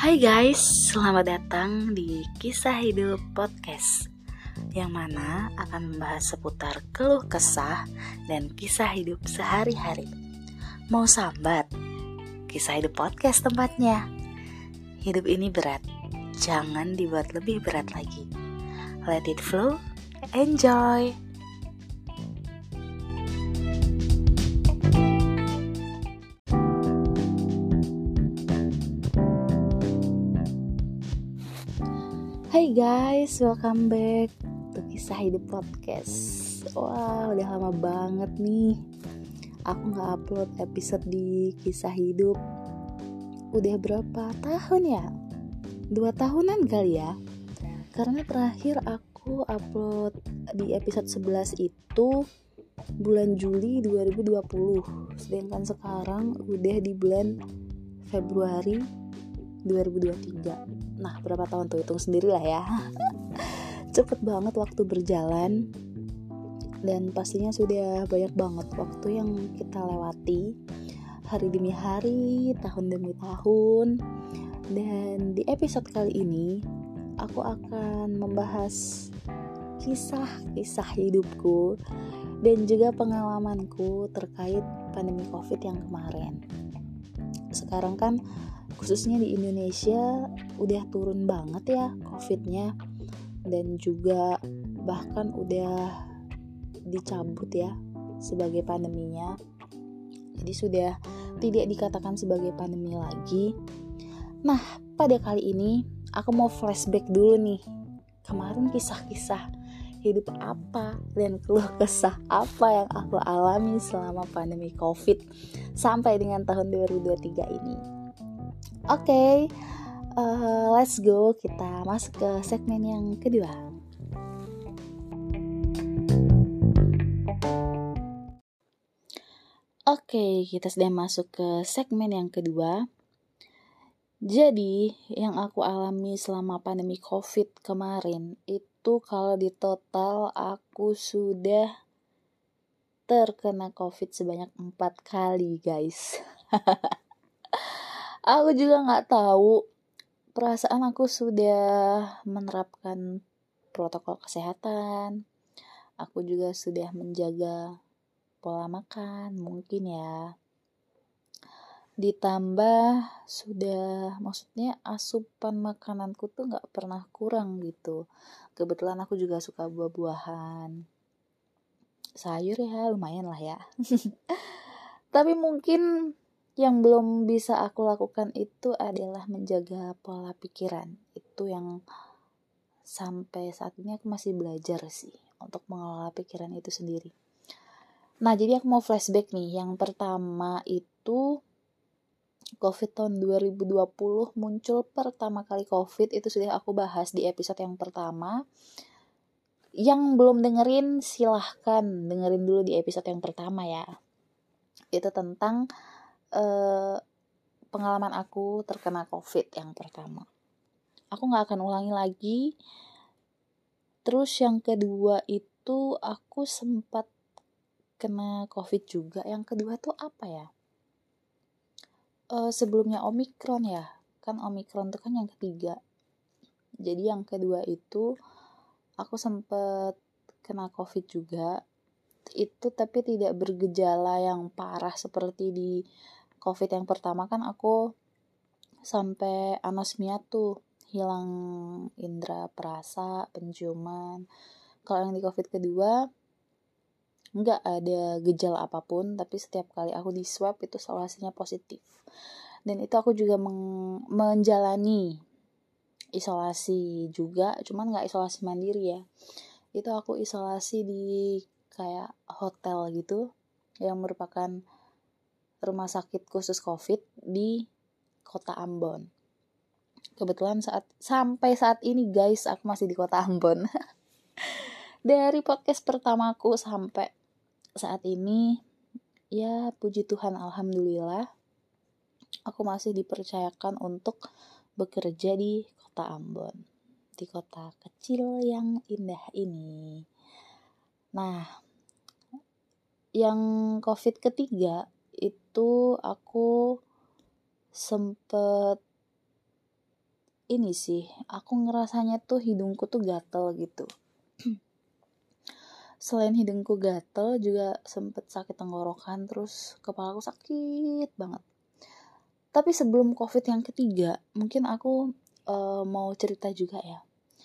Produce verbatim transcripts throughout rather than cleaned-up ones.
Hai guys, selamat datang di Kisah Hidup Podcast, yang mana akan membahas seputar keluh kesah dan kisah hidup sehari-hari. Mau sambat? Kisah Hidup Podcast tempatnya. Hidup ini berat, jangan dibuat lebih berat lagi. Let it flow, enjoy. Hai guys, welcome back to Kisah Hidup Podcast. Wah, udah lama banget nih aku gak upload episode di Kisah Hidup. Udah berapa tahun ya? Dua tahunan kali ya. Karena terakhir aku upload di episode sebelas itu bulan Juli dua ribu dua puluh. Sedangkan sekarang udah di bulan Februari dua ribu dua puluh tiga. Nah, berapa tahun tuh, hitung sendiri lah ya. Cepet banget waktu berjalan. Dan pastinya sudah banyak banget waktu yang kita lewati, hari demi hari, tahun demi tahun. Dan di episode kali ini aku akan membahas kisah-kisah hidupku dan juga pengalamanku terkait pandemi COVID yang kemarin. Sekarang kan khususnya di Indonesia udah turun banget ya COVID-nya, dan juga bahkan udah dicabut ya sebagai pandeminya. Jadi sudah tidak dikatakan sebagai pandemi lagi. Nah, pada kali ini aku mau flashback dulu nih. Kemarin kisah-kisah hidup apa dan keluh kesah apa yang aku alami selama pandemi COVID sampai dengan tahun dua ribu dua puluh tiga ini. Oke, okay, uh, let's go. Kita masuk ke segmen yang kedua. Oke, okay, kita sudah masuk ke segmen yang kedua. Jadi, yang aku alami selama pandemi COVID kemarin itu kalau di total aku sudah terkena COVID sebanyak empat kali, guys. Aku juga gak tahu, perasaan aku sudah menerapkan protokol kesehatan. Aku juga sudah menjaga pola makan mungkin ya. Ditambah sudah, maksudnya asupan makananku tuh gak pernah kurang gitu. Kebetulan aku juga suka buah-buahan, sayur ya lumayan lah ya. Tapi mungkin yang belum bisa aku lakukan itu adalah menjaga pola pikiran. Itu yang sampai saat ini aku masih belajar sih untuk mengelola pikiran itu sendiri. Nah, jadi aku mau flashback nih. Yang pertama itu COVID tahun dua ribu dua puluh muncul pertama kali COVID, itu sudah aku bahas di episode yang pertama. Yang belum dengerin silahkan dengerin dulu di episode yang pertama ya. Itu tentang Uh, pengalaman aku terkena COVID yang pertama. Aku gak akan ulangi lagi. Terus yang kedua itu aku sempat kena COVID juga. Yang kedua tuh apa ya? Uh, sebelumnya Omikron ya. Kan Omikron tuh kan yang ketiga. Jadi yang kedua itu aku sempat kena COVID juga. Itu tapi tidak bergejala yang parah seperti di COVID yang pertama. Kan aku sampai anosmia tuh, hilang indera perasa, penciuman. Kalau yang di COVID kedua nggak ada gejala apapun, tapi setiap kali aku di swab itu selalu hasilnya positif. Dan itu aku juga meng- menjalani isolasi juga, cuman nggak isolasi mandiri ya. Itu aku isolasi di kayak hotel gitu, yang merupakan rumah sakit khusus COVID di Kota Ambon. Kebetulan saat sampai saat ini guys, aku masih di Kota Ambon. Dari podcast pertamaku sampai saat ini, ya puji Tuhan, alhamdulillah, aku masih dipercayakan untuk bekerja di Kota Ambon, di kota kecil yang indah ini. Nah, yang COVID ketiga itu aku sempet ini sih, aku ngerasanya tuh hidungku tuh gatel gitu. Selain hidungku gatel, juga sempet sakit tenggorokan, terus kepalaku sakit banget. Tapi sebelum COVID yang ketiga, mungkin aku uh, mau cerita juga ya.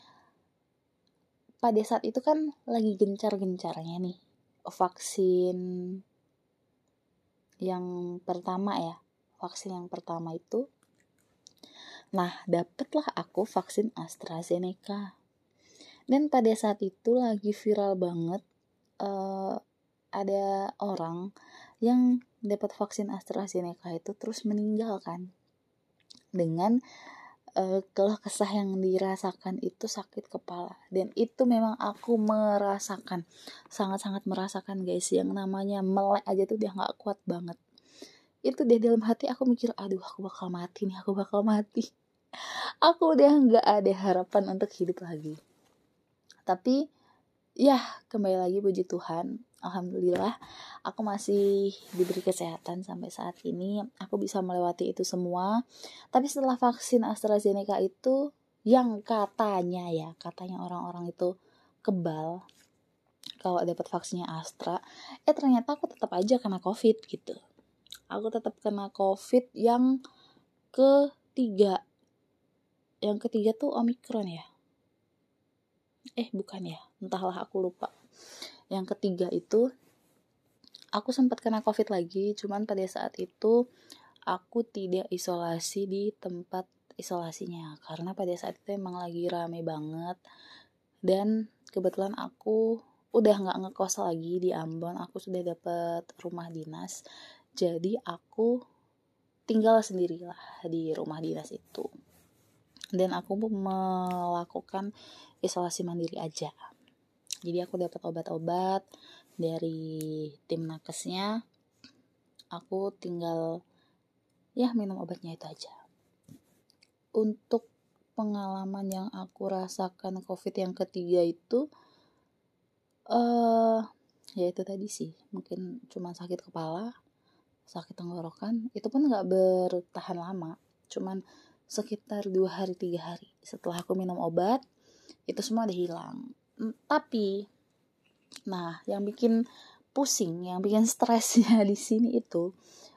Pada saat itu kan lagi gencar-gencarnya nih vaksin yang pertama ya. Vaksin yang pertama itu. Nah, dapetlah aku vaksin AstraZeneca. Dan pada saat itu lagi viral banget uh, ada orang yang dapat vaksin AstraZeneca itu terus meninggal kan. Dengan uh, keluh kesah yang dirasakan itu sakit kepala. Dan itu memang aku merasakan, sangat-sangat merasakan guys, yang namanya melek aja tuh dia gak kuat banget. Itu deh dalam hati aku mikir, aduh aku bakal mati nih, aku bakal mati. Aku udah gak ada harapan untuk hidup lagi. Tapi ya kembali lagi puji Tuhan, alhamdulillah aku masih diberi kesehatan sampai saat ini. Aku bisa melewati itu semua. Tapi setelah vaksin AstraZeneca itu, yang katanya ya, katanya orang-orang itu kebal kalau dapat vaksinnya Astra, eh ternyata aku tetap aja kena COVID gitu. Aku tetap kena COVID yang ketiga. Yang ketiga tuh Omicron ya. Eh bukan ya, entahlah aku lupa. Yang ketiga itu aku sempat kena COVID lagi, cuman pada saat itu aku tidak isolasi di tempat isolasinya karena pada saat itu emang lagi rame banget. Dan kebetulan aku udah gak ngekos lagi di Ambon, aku sudah dapat rumah dinas. Jadi aku tinggal sendirilah di rumah dinas itu. Dan aku melakukan isolasi mandiri aja. Jadi aku dapat obat-obat dari tim nakesnya. Aku tinggal ya minum obatnya itu aja. Untuk pengalaman yang aku rasakan COVID yang ketiga itu uh, ya itu tadi sih, mungkin cuma sakit kepala, sakit tenggorokan. Itu pun gak bertahan lama, cuman sekitar dua hari tiga hari setelah aku minum obat itu semua udah hilang. Tapi nah yang bikin pusing, yang bikin stresnya di sini itu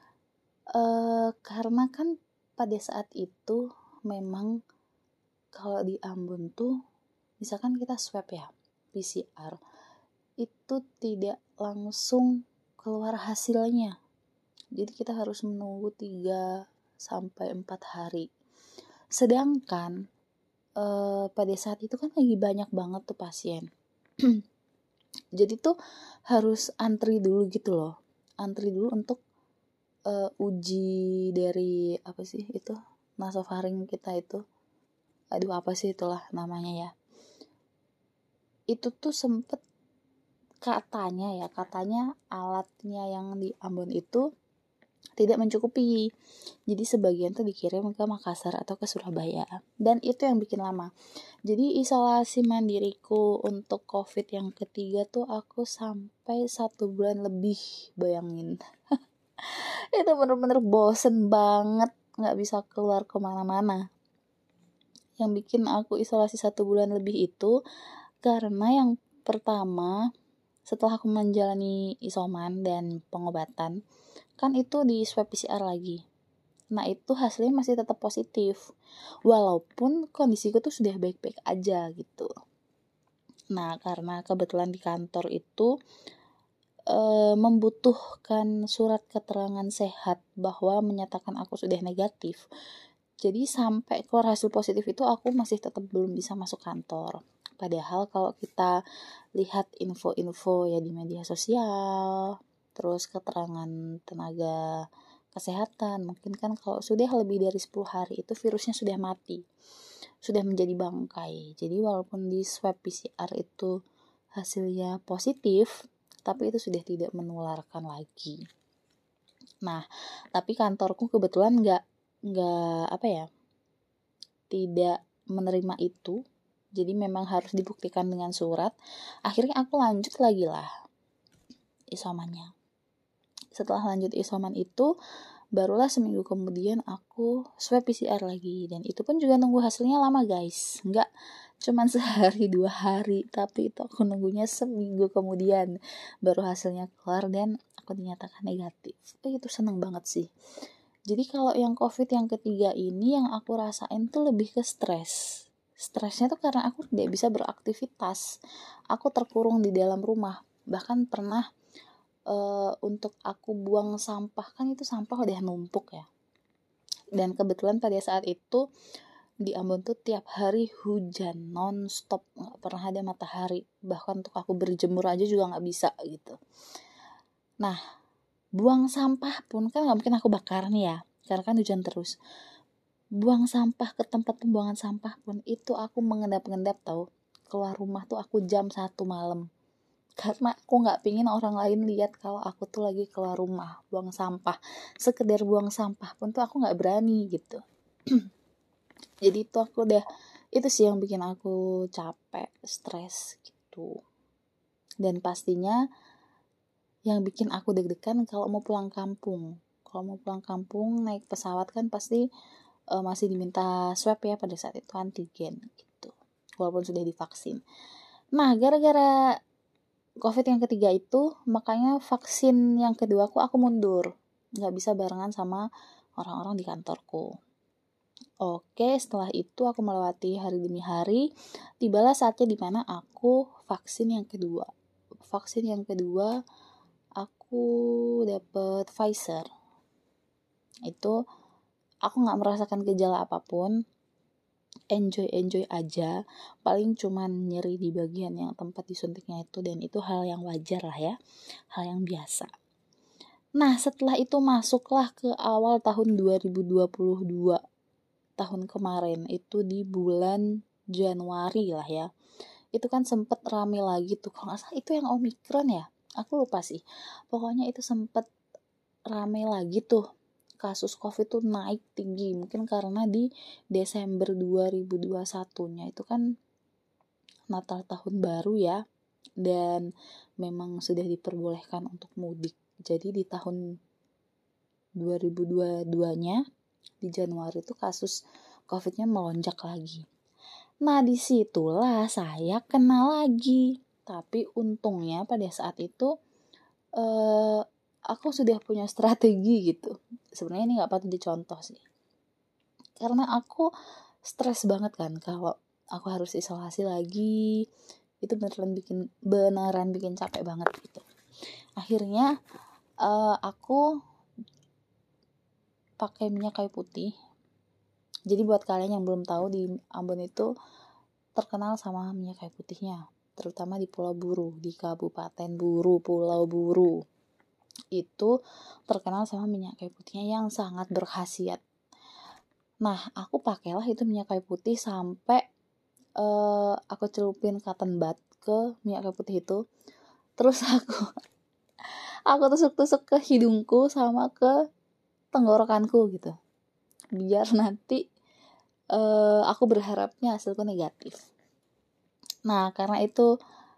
uh, karena kan pada saat itu memang kalau di Ambon tuh misalkan kita swab ya P C R itu tidak langsung keluar hasilnya. Jadi kita harus menunggu tiga sampai empat hari. Sedangkan uh, pada saat itu kan lagi banyak banget tuh pasien. Jadi tuh harus antri dulu gitu loh. Antri dulu untuk uh, uji dari apa sih itu? Nasofaring kita itu. Aduh apa sih itulah namanya ya. Itu tuh sempet katanya ya, katanya alatnya yang di Ambon itu tidak mencukupi. Jadi sebagian tuh dikirim ke Makassar atau ke Surabaya. Dan itu yang bikin lama. Jadi isolasi mandiriku untuk COVID yang ketiga tuh aku sampai satu bulan lebih, bayangin. Itu bener-bener bosen banget, gak bisa keluar kemana-mana. Yang bikin aku isolasi satu bulan lebih itu karena yang pertama, setelah aku menjalani isoman dan pengobatan, kan itu di swab P C R lagi. Nah itu hasilnya masih tetap positif, walaupun kondisiku tuh sudah baik-baik aja gitu. Nah karena kebetulan di kantor itu e, membutuhkan surat keterangan sehat bahwa menyatakan aku sudah negatif. Jadi sampai keluar hasil positif itu aku masih tetap belum bisa masuk kantor. Padahal kalau kita lihat info-info ya di media sosial, terus keterangan tenaga kesehatan, mungkin kan kalau sudah lebih dari sepuluh hari itu virusnya sudah mati, sudah menjadi bangkai. Jadi walaupun di swab P C R itu hasilnya positif, tapi itu sudah tidak menularkan lagi. Nah, tapi kantorku kebetulan nggak nggak apa ya, tidak menerima itu. Jadi memang harus dibuktikan dengan surat. Akhirnya aku lanjut lagi lah isomannya. Setelah lanjut isoman itu, barulah seminggu kemudian aku swab P C R lagi. Dan itu pun juga nunggu hasilnya lama guys. Nggak cuman sehari dua hari, tapi itu aku nunggunya seminggu kemudian baru hasilnya keluar dan aku dinyatakan negatif. Eh, itu seneng banget sih. Jadi kalau yang COVID yang ketiga ini yang aku rasain tuh lebih ke stres. Stresnya tuh karena aku tidak bisa beraktivitas. Aku terkurung di dalam rumah. Bahkan pernah Uh, untuk aku buang sampah, kan itu sampah udah numpuk ya, dan kebetulan pada saat itu di Ambon tuh tiap hari hujan non-stop, nggak pernah ada matahari, bahkan untuk aku berjemur aja juga nggak bisa gitu. Nah, buang sampah pun kan nggak mungkin aku bakar nih ya, karena kan hujan terus. Buang sampah ke tempat pembuangan sampah pun itu aku mengendap-endap tau. Keluar rumah tuh aku jam satu malam, karena aku nggak pingin orang lain lihat kalau aku tuh lagi keluar rumah buang sampah. Sekedar buang sampah pun tuh aku nggak berani gitu. Jadi itu aku udah, itu sih yang bikin aku capek, stres gitu. Dan pastinya yang bikin aku deg-degan kalau mau pulang kampung. Kalau mau pulang kampung naik pesawat kan pasti uh, masih diminta swab ya pada saat itu, antigen gitu, walaupun sudah divaksin. Nah, gara-gara COVID yang ketiga itu, makanya vaksin yang kedua aku aku mundur, nggak bisa barengan sama orang-orang di kantorku. Oke, setelah itu aku melewati hari demi hari, tibalah saatnya dimana aku vaksin yang kedua. Vaksin yang kedua aku dapet Pfizer. Itu aku nggak merasakan gejala apapun, enjoy-enjoy aja, paling cuman nyeri di bagian yang tempat disuntiknya itu, dan itu hal yang wajar lah ya, hal yang biasa. Nah, setelah itu masuklah ke awal tahun dua ribu dua puluh dua, tahun kemarin, itu di bulan Januari lah ya. Itu kan sempet rame lagi tuh, kalau gak salah itu yang Omicron ya, aku lupa sih. Pokoknya itu sempet rame lagi tuh, kasus COVID tuh naik tinggi, mungkin karena di Desember dua ribu dua puluh satu-nya itu kan Natal tahun baru ya, dan memang sudah diperbolehkan untuk mudik. Jadi di tahun dua ribu dua puluh dua-nya di Januari itu kasus COVID-nya melonjak lagi. Nah, disitulah saya kena lagi. Tapi untungnya pada saat itu eh, aku sudah punya strategi gitu. Sebenarnya ini nggak patut dicontoh sih, karena aku stres banget kan kalau aku harus isolasi lagi. Itu beneran bikin beneran bikin capek banget gitu. Akhirnya uh, aku pakai minyak kayu putih. Jadi buat kalian yang belum tahu, di Ambon itu terkenal sama minyak kayu putihnya, terutama di Pulau Buru, di Kabupaten Buru, Pulau Buru. Itu terkenal sama minyak kayu putihnya yang sangat berkhasiat. Nah, aku pakailah itu minyak kayu putih sampai uh, aku celupin cotton bud ke minyak kayu putih itu. Terus aku aku tusuk-tusuk ke hidungku sama ke tenggorokanku gitu, biar nanti uh, aku berharapnya hasilku negatif. Nah, karena itu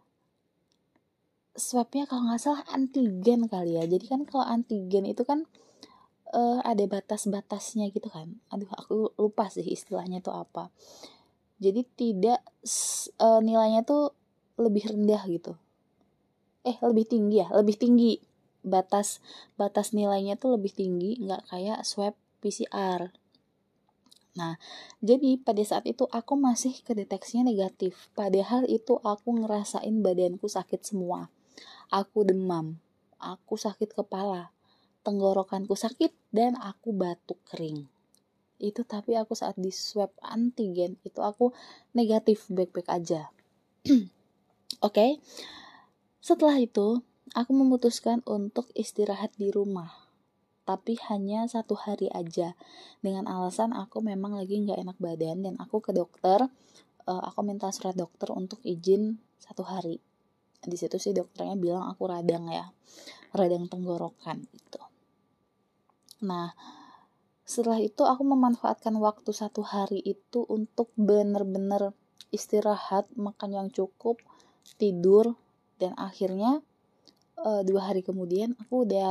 swabnya kalau nggak salah antigen kali ya. Jadi kan kalau antigen itu kan uh, ada batas-batasnya gitu kan. Aduh, aku lupa sih istilahnya itu apa. Jadi tidak uh, nilainya tuh lebih rendah gitu. Eh, lebih tinggi ya, lebih tinggi. Batas batas nilainya tuh lebih tinggi, nggak kayak swab P C R. Nah, jadi pada saat itu aku masih kedeteksinya negatif. Padahal itu aku ngerasain badanku sakit semua. Aku demam, aku sakit kepala, tenggorokanku sakit, dan aku batuk kering. Itu tapi aku saat di swab antigen itu aku negatif, baik-baik aja. Oke, okay? Setelah itu aku memutuskan untuk istirahat di rumah, tapi hanya satu hari aja, dengan alasan aku memang lagi nggak enak badan dan aku ke dokter. Uh, aku minta surat dokter untuk izin satu hari. Di situ sih dokternya bilang aku radang ya, radang tenggorokan gitu. Nah, setelah itu aku memanfaatkan waktu satu hari itu untuk bener-bener istirahat, makan yang cukup, tidur, dan akhirnya uh, dua hari kemudian aku udah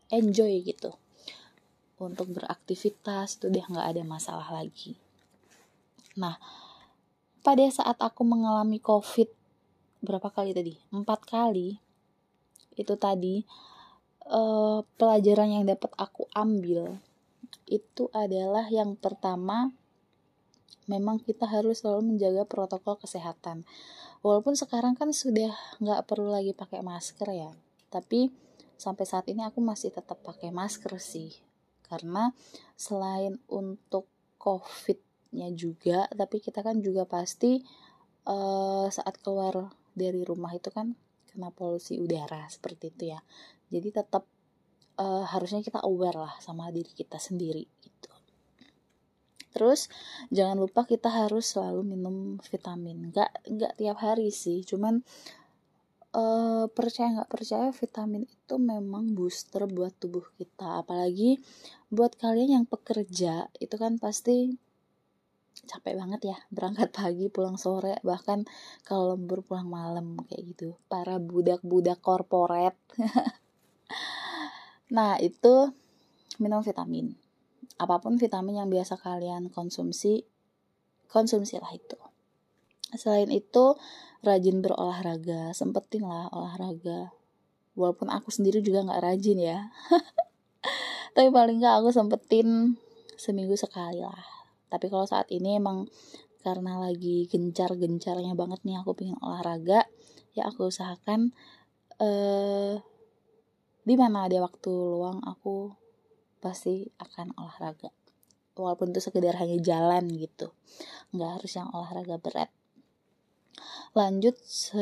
enjoy gitu. Untuk beraktivitas itu udah gak ada masalah lagi. Nah, pada saat aku mengalami COVID berapa kali tadi? Empat kali. Itu tadi eh, pelajaran yang dapat aku ambil itu adalah yang pertama, memang kita harus selalu menjaga protokol kesehatan. Walaupun sekarang kan sudah gak perlu lagi pakai masker ya, tapi sampai saat ini aku masih tetap pakai masker sih. Karena selain untuk COVID-nya juga, tapi kita kan juga pasti uh, saat keluar dari rumah itu kan kena polusi udara seperti itu ya. Jadi tetap uh, harusnya kita aware lah sama diri kita sendiri gitu. Terus jangan lupa kita harus selalu minum vitamin. Gak, gak tiap hari sih, cuman Uh, percaya nggak percaya vitamin itu memang booster buat tubuh kita. Apalagi buat kalian yang pekerja, itu kan pasti capek banget ya, berangkat pagi pulang sore, bahkan kalau lembur pulang malam kayak gitu, para budak-budak korporat. Nah itu minum vitamin, apapun vitamin yang biasa kalian konsumsi, konsumsilah itu. Selain itu rajin berolahraga, sempetin lah olahraga. Walaupun aku sendiri juga gak rajin ya. Tapi paling gak aku sempetin seminggu sekali lah. Tapi kalau saat ini emang karena lagi gencar-gencarnya banget nih aku pengen olahraga, ya aku usahakan eh, di mana ada waktu luang aku pasti akan olahraga. Walaupun itu sekedar hanya jalan gitu, gak harus yang olahraga berat. Lanjut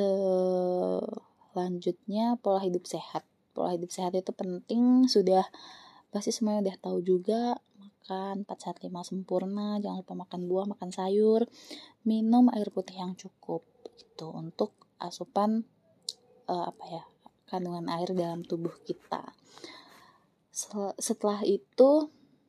selanjutnya pola hidup sehat. Pola hidup sehat itu penting, sudah pasti semuanya udah tahu juga. Makan empat sehat lima sempurna, jangan lupa makan buah, makan sayur, minum air putih yang cukup gitu untuk asupan uh, apa ya kandungan air dalam tubuh kita. Setelah itu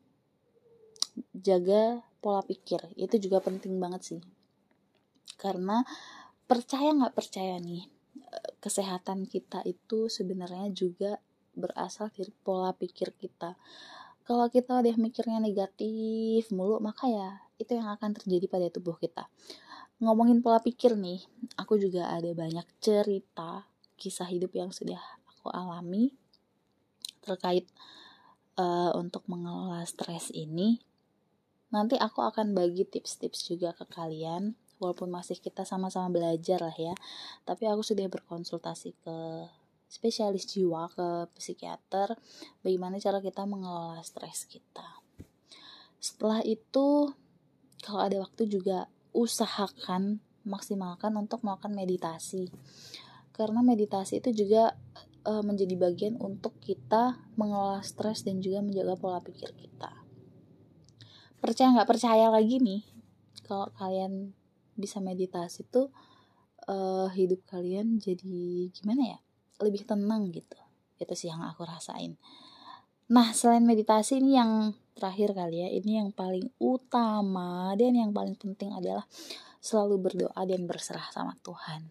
jaga pola pikir, itu juga penting banget sih. Karena percaya nggak percaya nih, kesehatan kita itu sebenarnya juga berasal dari pola pikir kita. Kalau kita udah mikirnya negatif mulu, maka ya itu yang akan terjadi pada tubuh kita. Ngomongin pola pikir nih, aku juga ada banyak cerita kisah hidup yang sudah aku alami terkait uh, untuk mengelola stres ini. Nanti aku akan bagi tips-tips juga ke kalian. Walaupun masih kita sama-sama belajar lah ya, tapi aku sudah berkonsultasi ke spesialis jiwa, ke psikiater, bagaimana cara kita mengelola stres kita. Setelah itu, kalau ada waktu juga usahakan maksimalkan untuk melakukan meditasi, karena meditasi itu juga e, menjadi bagian untuk kita mengelola stres dan juga menjaga pola pikir kita. Percaya nggak percaya lagi nih, kalau kalian bisa meditasi tuh uh, hidup kalian jadi gimana ya, lebih tenang gitu. Itu sih yang aku rasain. Nah selain meditasi ini yang terakhir kali ya, ini yang paling utama dan yang paling penting adalah selalu berdoa dan berserah sama Tuhan.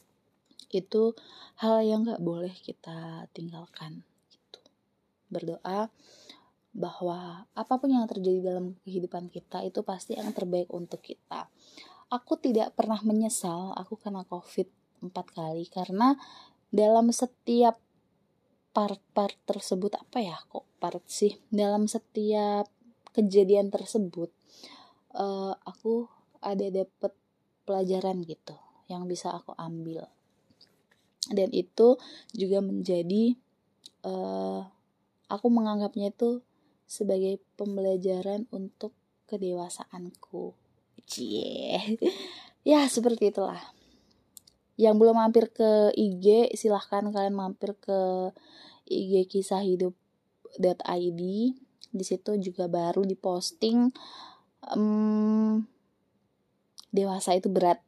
Itu hal yang gak boleh kita tinggalkan gitu. Berdoa bahwa apapun yang terjadi dalam kehidupan kita itu pasti yang terbaik untuk kita. Aku tidak pernah menyesal aku kena COVID empat kali, karena dalam setiap part-part tersebut, apa ya kok part sih, dalam setiap kejadian tersebut uh, aku ada dapet pelajaran gitu yang bisa aku ambil, dan itu juga menjadi uh, aku menganggapnya itu sebagai pembelajaran untuk kedewasaanku. Cie. Ya seperti itulah. Yang belum mampir ke I G, silahkan kalian mampir ke I G kisah hidup dot i d. Di situ juga baru diposting um, dewasa itu berat.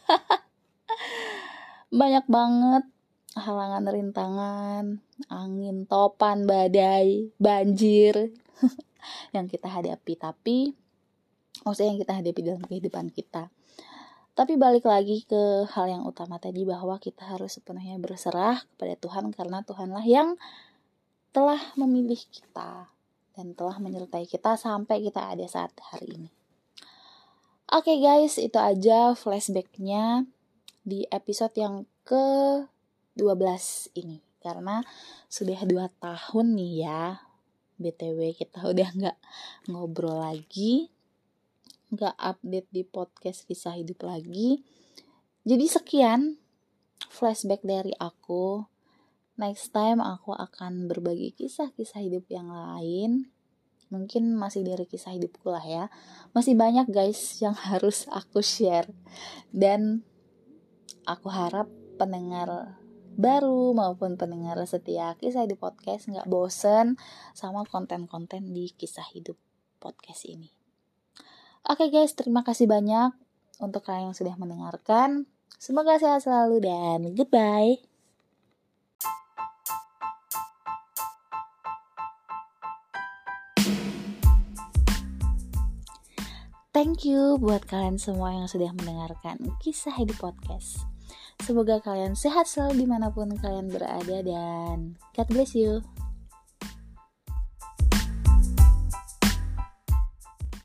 Banyak banget halangan, rintangan, angin, topan, badai, banjir yang kita hadapi, tapi maksudnya yang kita hadapi dalam kehidupan kita. Tapi balik lagi ke hal yang utama tadi, bahwa kita harus sepenuhnya berserah kepada Tuhan, karena Tuhanlah yang telah memilih kita dan telah menyertai kita sampai kita ada saat hari ini. Oke okay guys, itu aja flashbacknya di episode yang ke dua belas ini. Karena sudah dua tahun nih ya, B T W kita udah gak ngobrol lagi, gak update di podcast kisah hidup lagi. Jadi sekian flashback dari aku. Next time aku akan berbagi kisah-kisah hidup yang lain. Mungkin masih dari kisah hidupku lah ya. Masih banyak guys yang harus aku share. Dan aku harap pendengar baru maupun pendengar setia kisah hidup podcast gak bosen sama konten-konten di kisah hidup podcast ini. Oke guys, terima kasih banyak untuk kalian yang sudah mendengarkan. Semoga sehat selalu dan goodbye. Thank you buat kalian semua yang sudah mendengarkan kisah hidup podcast. Semoga kalian sehat selalu dimanapun kalian berada dan God bless you.